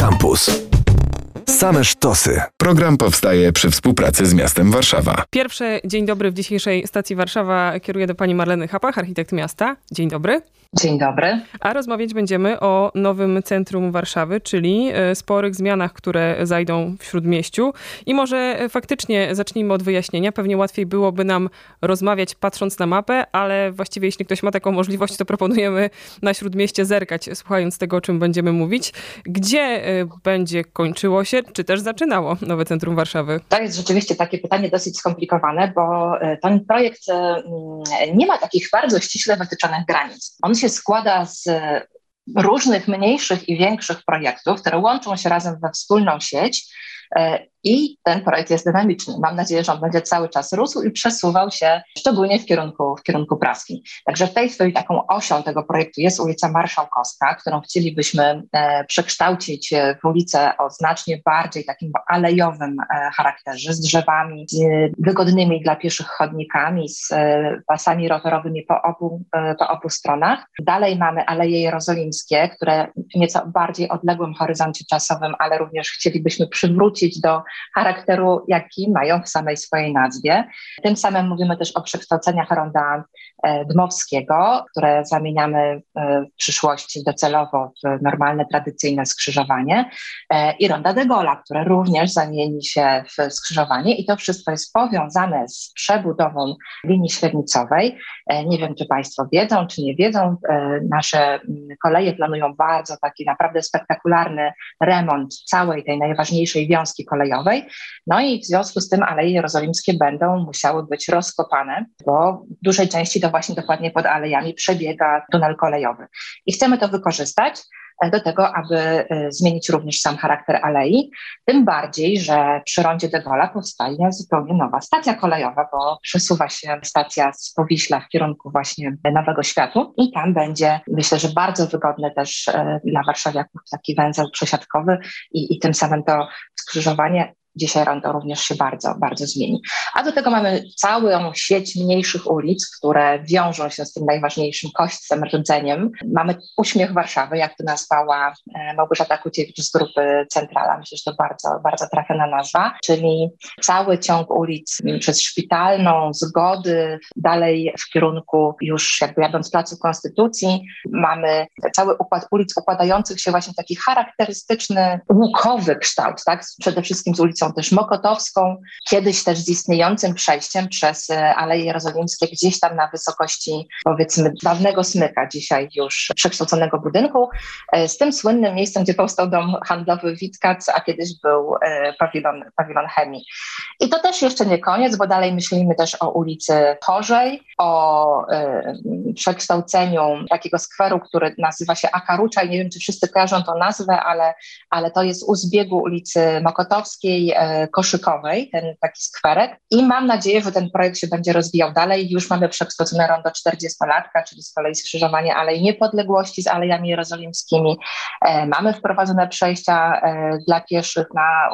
Campus. Same sztosy. Program powstaje przy współpracy z miastem Warszawa. Pierwszy dzień dobry w dzisiejszej stacji Warszawa kieruje do pani Marleny Hapach, architekt miasta. Dzień dobry. Dzień dobry. A rozmawiać będziemy o nowym centrum Warszawy, czyli sporych zmianach, które zajdą w Śródmieściu. I może faktycznie zacznijmy od wyjaśnienia. Pewnie łatwiej byłoby nam rozmawiać patrząc na mapę, ale właściwie jeśli ktoś ma taką możliwość, to proponujemy na Śródmieście zerkać, słuchając tego, o czym będziemy mówić. Gdzie będzie kończyło się, czy też zaczynało nowe centrum Warszawy? To jest rzeczywiście takie pytanie dosyć skomplikowane, bo ten projekt nie ma takich bardzo ściśle wytyczonych granic. On się składa z różnych mniejszych i większych projektów, które łączą się razem we wspólną sieć i ten projekt jest dynamiczny. Mam nadzieję, że on będzie cały czas rósł i przesuwał się szczególnie w kierunku praskim. Także w tej chwili taką osią tego projektu jest ulica Marszałkowska, którą chcielibyśmy przekształcić w ulicę o znacznie bardziej takim alejowym charakterze, z drzewami, z wygodnymi dla pieszych chodnikami, z pasami rowerowymi po obu stronach. Dalej mamy Aleje Jerozolimskie, które w nieco bardziej odległym horyzoncie czasowym, ale również chcielibyśmy przywrócić do charakteru, jaki mają w samej swojej nazwie. Tym samym mówimy też o przekształceniach ronda Dmowskiego, które zamieniamy w przyszłości docelowo w normalne, tradycyjne skrzyżowanie i ronda de Gaulle'a, które również zamieni się w skrzyżowanie i to wszystko jest powiązane z przebudową linii średnicowej. Nie wiem, czy Państwo wiedzą, czy nie wiedzą, nasze koleje planują bardzo taki naprawdę spektakularny remont całej tej najważniejszej wiązki kolejowej. No i w związku z tym Aleje Jerozolimskie będą musiały być rozkopane, bo w dużej części to właśnie dokładnie pod alejami przebiega tunel kolejowy. I chcemy to wykorzystać do tego, aby zmienić również sam charakter alei. Tym bardziej, że przy rondzie de Gaulle'a powstaje zupełnie nowa stacja kolejowa, bo przesuwa się stacja z Powiśla w kierunku właśnie Nowego Światu i tam będzie, myślę, że bardzo wygodny też dla warszawiaków taki węzeł przesiadkowy i tym samym to skrzyżowanie. Dzisiaj rondo również się bardzo, bardzo zmieni. A do tego mamy całą sieć mniejszych ulic, które wiążą się z tym najważniejszym kośćcem, rdzeniem. Mamy Uśmiech Warszawy, jak to nazwała Małgorzata Kuciewicz z grupy Centrala. Myślę, że to bardzo, bardzo trafiona nazwa, czyli cały ciąg ulic przez Szpitalną, Zgody, dalej w kierunku już jakby jadąc Placu Konstytucji. Mamy cały układ ulic układających się właśnie w taki charakterystyczny, łukowy kształt, tak? Przede wszystkim z ulicą też Mokotowską, kiedyś też z istniejącym przejściem przez Aleje Jerozolimskie gdzieś tam na wysokości powiedzmy dawnego Smyka, dzisiaj już przekształconego budynku, z tym słynnym miejscem, gdzie powstał dom handlowy Witkac, a kiedyś był pawilon chemii. I to też jeszcze nie koniec, bo dalej myślimy też o ulicy Chorzej, o przekształceniu takiego skweru, który nazywa się Akarucza i nie wiem, czy wszyscy kojarzą tą nazwę, ale to jest u zbiegu ulicy Mokotowskiej, Koszykowej, ten taki skwerek i mam nadzieję, że ten projekt się będzie rozwijał dalej. Już mamy przekształcone rondo 40-latka, czyli z kolei skrzyżowanie Alei Niepodległości z Alejami Jerozolimskimi. Mamy wprowadzone przejścia dla pieszych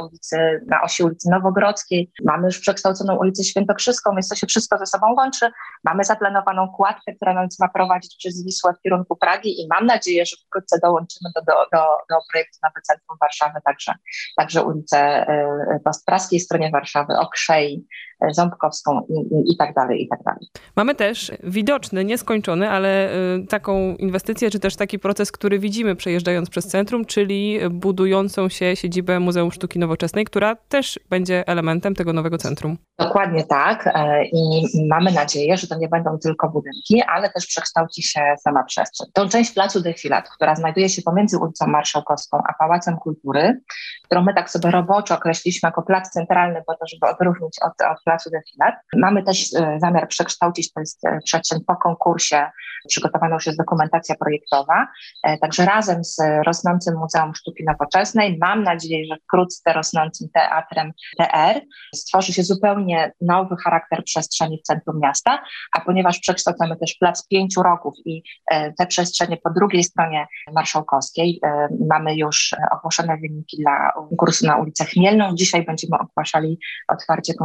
na osi ulicy Nowogrodzkiej. Mamy już przekształconą ulicę Świętokrzyską, więc to się wszystko ze sobą łączy. Mamy zaplanowaną kładkę, która nas ma prowadzić przez Wisłę w kierunku Pragi i mam nadzieję, że wkrótce dołączymy do projektu Nowe Centrum Warszawy, także ulicę po praskiej stronie Warszawy, Okrzei, Ząbkowską i tak dalej, i tak dalej. Mamy też widoczny, nieskończony, ale taką inwestycję, czy też taki proces, który widzimy przejeżdżając przez centrum, czyli budującą się siedzibę Muzeum Sztuki Nowoczesnej, która też będzie elementem tego nowego centrum. Dokładnie tak i mamy nadzieję, że to nie będą tylko budynki, ale też przekształci się sama przestrzeń. Tą część Placu Defilat, która znajduje się pomiędzy ulicą Marszałkowską a Pałacem Kultury, którą my tak sobie roboczo określiliśmy jako plac centralny, po to, żeby odróżnić od Placu Defilat. Mamy też zamiar przekształcić, to jest przestrzeń po konkursie, przygotowana już jest dokumentacja projektowa, także razem z rosnącym Muzeum Sztuki Nowoczesnej, mam nadzieję, że wkrótce rosnącym Teatrem TR stworzy się zupełnie nowy charakter przestrzeni w centrum miasta, a ponieważ przekształcamy też Plac Pięciu Rogów i te przestrzenie po drugiej stronie Marszałkowskiej, mamy już ogłoszone wyniki dla konkursu na ulicę Chmielną. Dzisiaj będziemy ogłaszali otwarcie konkursu na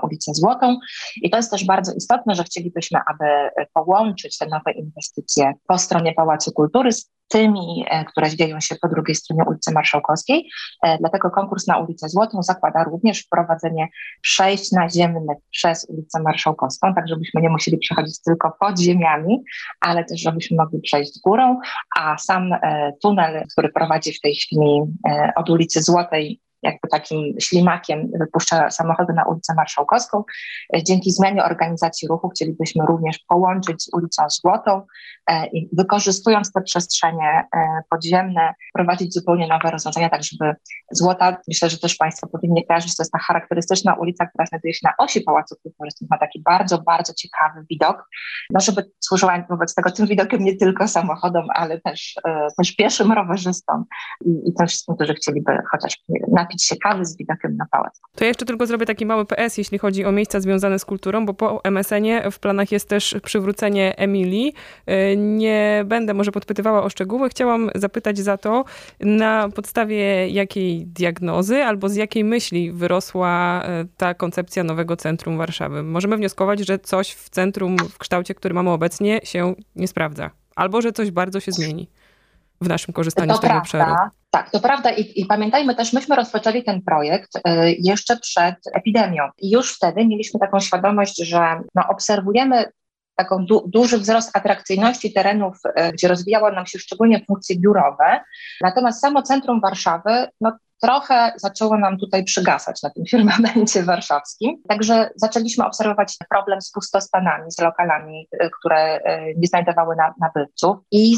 ulicę Złotą. I to jest też bardzo istotne, że chcielibyśmy, aby połączyć te nowe inwestycje po stronie Pałacu Kultury z tymi, które dzieją się po drugiej stronie ulicy Marszałkowskiej. Dlatego konkurs na ulicę Złotą zakłada również wprowadzenie przejść naziemnych przez ulicę Marszałkowską, tak żebyśmy nie musieli przechodzić tylko pod ziemiami, ale też żebyśmy mogli przejść górą, a sam tunel, który prowadzi w tej chwili od ulicy Złotej jakby takim ślimakiem wypuszcza samochody na ulicę Marszałkowską. Dzięki zmianie organizacji ruchu chcielibyśmy również połączyć z ulicą Złotą i wykorzystując te przestrzenie podziemne, prowadzić zupełnie nowe rozwiązania, tak żeby Złota, myślę, że też Państwo powinni kojarzyć, to jest ta charakterystyczna ulica, która znajduje się na osi Pałacu Kultury, ma taki bardzo, bardzo ciekawy widok, no żeby służyła wobec tego tym widokiem nie tylko samochodom, ale też pieszym, rowerzystom i tym wszystkim, którzy chcieliby chociaż napić się kawy z widokiem na pałac. To ja jeszcze tylko zrobię taki mały PS, jeśli chodzi o miejsca związane z kulturą, bo po MSN-ie w planach jest też przywrócenie Emilii. Nie będę może podpytywała o szczegóły. Chciałam zapytać za to, na podstawie jakiej diagnozy albo z jakiej myśli wyrosła ta koncepcja nowego centrum Warszawy. Możemy wnioskować, że coś w centrum w kształcie, który mamy obecnie, się nie sprawdza. Albo że coś bardzo się zmieni w naszym korzystaniu z tego obszaru. Tak, to prawda i pamiętajmy też, myśmy rozpoczęli ten projekt jeszcze przed epidemią i już wtedy mieliśmy taką świadomość, że obserwujemy taką duży wzrost atrakcyjności terenów, gdzie rozwijały nam się szczególnie funkcje biurowe, natomiast samo centrum Warszawy trochę zaczęło nam tutaj przygasać na tym firmamencie warszawskim. Także zaczęliśmy obserwować problem z pustostanami, z lokalami, które nie znajdowały nabywców i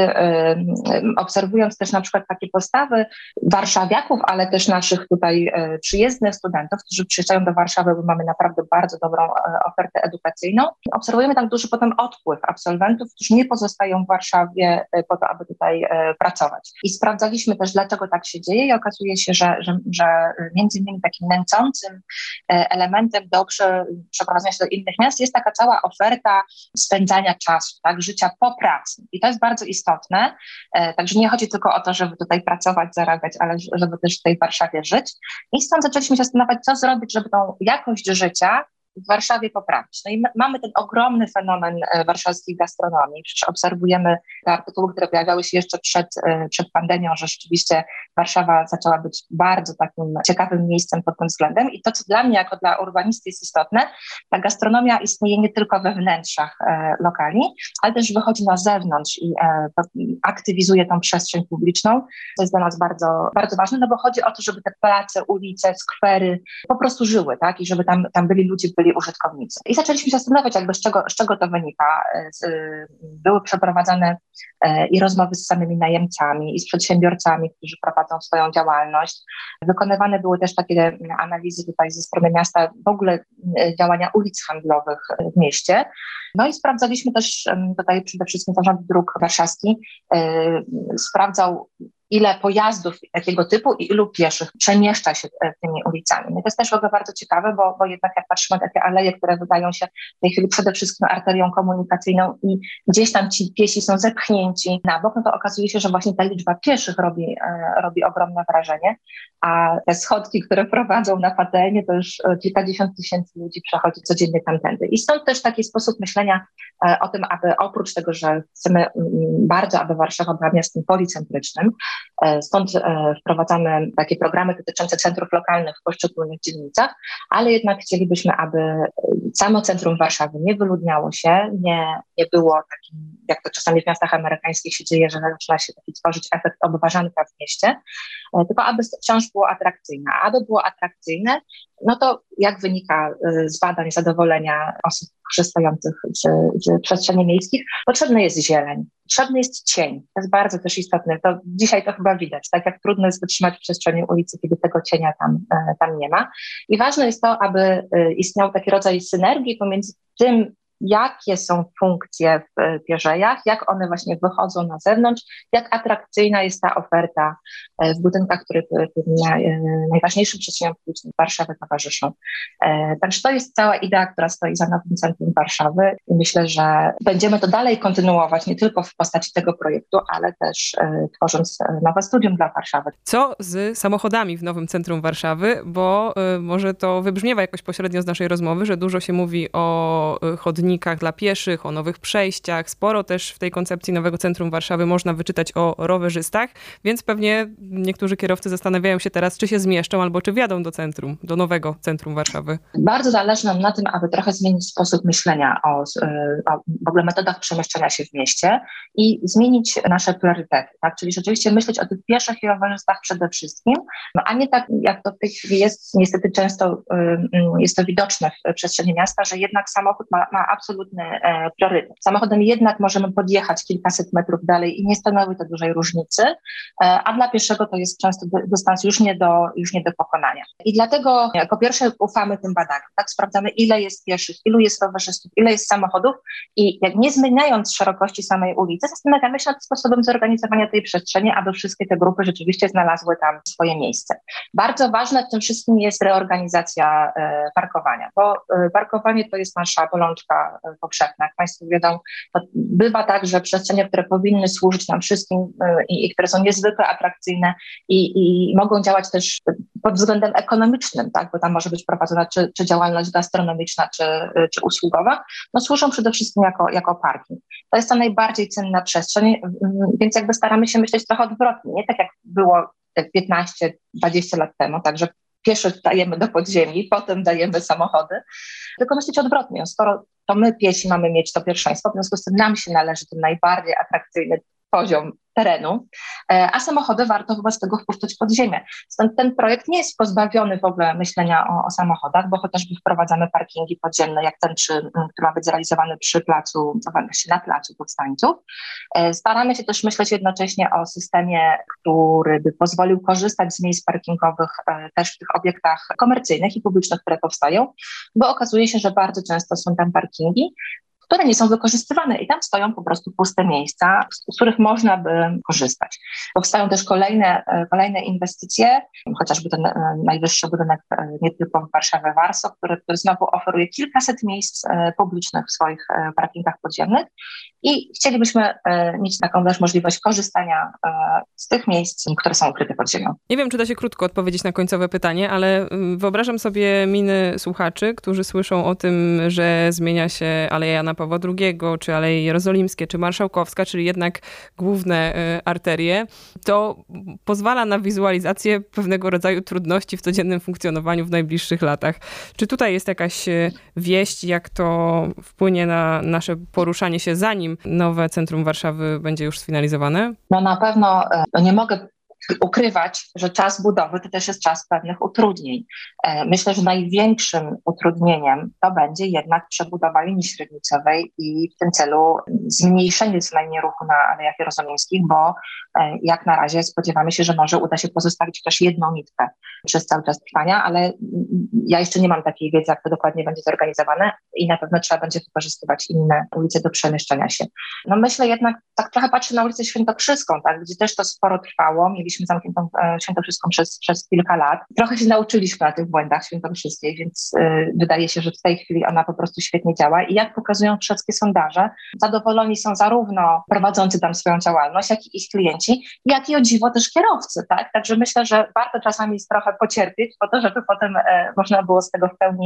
obserwując też na przykład takie postawy warszawiaków, ale też naszych tutaj przyjezdnych studentów, którzy przyjeżdżają do Warszawy, bo mamy naprawdę bardzo dobrą ofertę edukacyjną. Obserwujemy tam duży potem odpływ absolwentów, którzy nie pozostają w Warszawie po to, aby tutaj pracować. I sprawdzaliśmy też, dlaczego tak się dzieje i okazuje się, że między innymi takim nęcącym elementem do przeprowadzenia się do innych miast jest taka cała oferta spędzania czasu, tak, życia po pracy. I to jest bardzo istotne. Także nie chodzi tylko o to, żeby tutaj pracować, zarabiać, ale żeby też w tej Warszawie żyć. I stąd zaczęliśmy się zastanawiać, co zrobić, żeby tą jakość życia w Warszawie poprawić. No i mamy ten ogromny fenomen warszawskiej gastronomii. Przecież obserwujemy te artykuły, które pojawiały się jeszcze przed pandemią, że rzeczywiście Warszawa zaczęła być bardzo takim ciekawym miejscem pod tym względem. I to, co dla mnie jako dla urbanisty jest istotne, ta gastronomia istnieje nie tylko we wnętrzach lokali, ale też wychodzi na zewnątrz i aktywizuje tą przestrzeń publiczną. To jest dla nas bardzo, bardzo ważne, no bo chodzi o to, żeby te place, ulice, skwery po prostu żyły, tak? I żeby tam byli ludzie, byli użytkownicy. I zaczęliśmy się zastanawiać, jakby z czego to wynika. Były przeprowadzane i rozmowy z samymi najemcami, i z przedsiębiorcami, którzy prowadzą swoją działalność. Wykonywane były też takie analizy tutaj ze strony miasta, w ogóle działania ulic handlowych w mieście. No i sprawdzaliśmy też tutaj przede wszystkim Zarząd Dróg Warszawski, sprawdzał, ile pojazdów jakiego typu i ilu pieszych przemieszcza się tymi ulicami. No to jest też w ogóle bardzo ciekawe, bo jednak jak patrzymy na takie aleje, które wydają się w tej chwili przede wszystkim arterią komunikacyjną i gdzieś tam ci piesi są zepchnięci na bok, no to okazuje się, że właśnie ta liczba pieszych robi ogromne wrażenie, a te schodki, które prowadzą na Pateenie, to już kilkadziesiąt tysięcy ludzi przechodzi codziennie tamtędy. I stąd też taki sposób myślenia o tym, aby oprócz tego, że chcemy bardzo, aby Warszawa była miastem policentrycznym, stąd wprowadzamy takie programy dotyczące centrów lokalnych w poszczególnych dzielnicach, ale jednak chcielibyśmy, aby samo centrum Warszawy nie wyludniało się, nie było takim, jak to czasami w miastach amerykańskich się dzieje, że zaczyna się taki tworzyć efekt obwarzanka w mieście, tylko aby wciąż było atrakcyjne. A aby było atrakcyjne, no to jak wynika z badań zadowolenia osób korzystających z przestrzeni miejskich, potrzebna jest zieleń, potrzebny jest cień. To jest bardzo też istotne. To dzisiaj to chyba widać, tak jak trudno jest wytrzymać w przestrzeni ulicy, kiedy tego cienia tam nie ma. I ważne jest to, aby istniał taki rodzaj synergii pomiędzy tym, jakie są funkcje w Pierzejach, jak one właśnie wychodzą na zewnątrz, jak atrakcyjna jest ta oferta w budynkach, które najważniejszym przestrzeniom publicznym Warszawy towarzyszą. Także to jest cała idea, która stoi za nowym centrum Warszawy i myślę, że będziemy to dalej kontynuować, nie tylko w postaci tego projektu, ale też tworząc nowe studium dla Warszawy. Co z samochodami w nowym centrum Warszawy? Bo może to wybrzmiewa jakoś pośrednio z naszej rozmowy, że dużo się mówi o chodnikach dla pieszych, o nowych przejściach. Sporo też w tej koncepcji nowego centrum Warszawy można wyczytać o rowerzystach, więc pewnie niektórzy kierowcy zastanawiają się teraz, czy się zmieszczą albo czy wjadą do centrum, do nowego centrum Warszawy. Bardzo zależy nam na tym, aby trochę zmienić sposób myślenia o w ogóle metodach przemieszczania się w mieście i zmienić nasze priorytety, tak? Czyli rzeczywiście myśleć o tych pieszych i rowerzystach przede wszystkim, a nie tak, jak to w tej chwili jest, niestety często jest to widoczne w przestrzeni miasta, że jednak samochód ma absolutny priorytet. Samochodem jednak możemy podjechać kilkaset metrów dalej i nie stanowi to dużej różnicy, a dla pieszego to jest często dystans już nie do pokonania. I dlatego po pierwsze ufamy tym badaniom, tak? Sprawdzamy, ile jest pieszych, ilu jest rowerzystów, ile jest samochodów i jak nie zmieniając szerokości samej ulicy, zastanawiamy się nad sposobem zorganizowania tej przestrzeni, aby wszystkie te grupy rzeczywiście znalazły tam swoje miejsce. Bardzo ważne w tym wszystkim jest reorganizacja parkowania, bo parkowanie to jest nasza bolączka powszechna. Jak Państwo wiedzą, bywa tak, że przestrzenie, które powinny służyć nam wszystkim i które są niezwykle atrakcyjne i mogą działać też pod względem ekonomicznym, tak, bo tam może być prowadzona czy działalność gastronomiczna, czy usługowa, no służą przede wszystkim jako parking. To jest ta najbardziej cenna przestrzeń, więc jakby staramy się myśleć trochę odwrotnie, nie tak jak było 15-20 lat temu, także pieszych dajemy do podziemi, potem dajemy samochody, tylko myśleć odwrotnie. Skoro to my piesi mamy mieć to pierwszeństwo, w związku z tym nam się należy ten najbardziej atrakcyjny poziom terenu, a samochody warto wobec tego wpuszczać pod ziemię. Stąd ten projekt nie jest pozbawiony w ogóle myślenia o samochodach, bo chociażby wprowadzamy parkingi podziemne, jak ten, który ma być zrealizowany na placu Powstańców. Staramy się też myśleć jednocześnie o systemie, który by pozwolił korzystać z miejsc parkingowych też w tych obiektach komercyjnych i publicznych, które powstają, bo okazuje się, że bardzo często są tam parkingi, które nie są wykorzystywane i tam stoją po prostu puste miejsca, z których można by korzystać. Powstają też kolejne inwestycje, chociażby ten najwyższy budynek nie tylko w Warszawie, Warso, który znowu oferuje kilkaset miejsc publicznych w swoich parkingach podziemnych i chcielibyśmy mieć taką też możliwość korzystania z tych miejsc, które są ukryte pod ziemią. Nie wiem, czy da się krótko odpowiedzieć na końcowe pytanie, ale wyobrażam sobie miny słuchaczy, którzy słyszą o tym, że zmienia się Aleja Jana Pawła II, czy Aleje Jerozolimskie, czy Marszałkowska, czyli jednak główne arterie. To pozwala na wizualizację pewnego rodzaju trudności w codziennym funkcjonowaniu w najbliższych latach. Czy tutaj jest jakaś wieść, jak to wpłynie na nasze poruszanie się, zanim nowe centrum Warszawy będzie już sfinalizowane? No na pewno nie mogę ukrywać, że czas budowy to też jest czas pewnych utrudnień. Myślę, że największym utrudnieniem to będzie jednak przebudowa linii średnicowej i w tym celu zmniejszenie co najmniej ruchu na Alejach Jerozolimskich, bo jak na razie spodziewamy się, że może uda się pozostawić też jedną nitkę przez cały czas trwania, ale ja jeszcze nie mam takiej wiedzy, jak to dokładnie będzie zorganizowane i na pewno trzeba będzie wykorzystywać inne ulice do przemieszczania się. No myślę jednak, tak trochę patrzę na ulicę Świętokrzyską, tak, gdzie też to sporo trwało. Mieliśmy zamkniętą Świętokrzyską przez kilka lat. Trochę się nauczyliśmy na tych błędach świętokrzyskiej, więc wydaje się, że w tej chwili ona po prostu świetnie działa i jak pokazują wszystkie sondaże, zadowoleni są zarówno prowadzący tam swoją działalność, jak i ich klienci, jak i o dziwo też kierowcy, tak? Także myślę, że warto czasami trochę pocierpieć po to, żeby potem można było z tego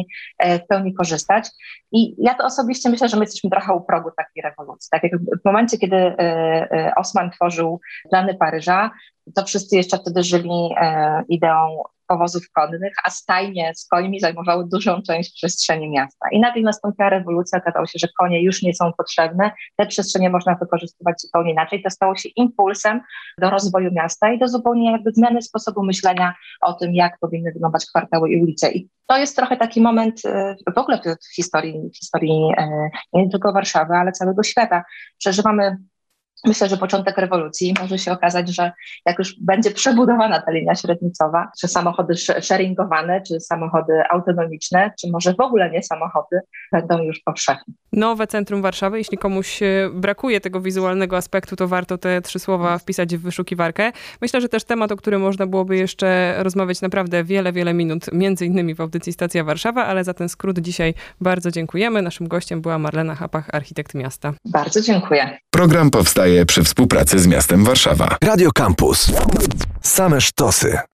w pełni korzystać. I ja to osobiście myślę, że my jesteśmy trochę u progu takiej rewolucji. Tak jak w momencie, kiedy Haussmann tworzył plany Paryża, to wszyscy jeszcze wtedy żyli ideą powozów konnych, a stajnie z końmi zajmowały dużą część przestrzeni miasta. I nagle nastąpiła rewolucja, okazało się, że konie już nie są potrzebne, te przestrzenie można wykorzystywać zupełnie inaczej. To stało się impulsem do rozwoju miasta i do zupełnie jakby zmiany sposobu myślenia o tym, jak powinny wyglądać kwartały i ulice. I to jest trochę taki moment w ogóle w historii nie tylko Warszawy, ale całego świata. Przeżywamy myślę, że początek rewolucji. Może się okazać, że jak już będzie przebudowana ta linia średnicowa, czy samochody sharingowane, czy samochody autonomiczne, czy może w ogóle nie samochody, będą już powszechne. Nowe centrum Warszawy. Jeśli komuś brakuje tego wizualnego aspektu, to warto te 3 słowa wpisać w wyszukiwarkę. Myślę, że też temat, o którym można byłoby jeszcze rozmawiać naprawdę wiele minut, między innymi w audycji Stacja Warszawa, ale za ten skrót dzisiaj bardzo dziękujemy. Naszym gościem była Marlena Hapach, architekt miasta. Bardzo dziękuję. Program powstaje przy współpracy z miastem Warszawa. Radio Campus. Same sztosy.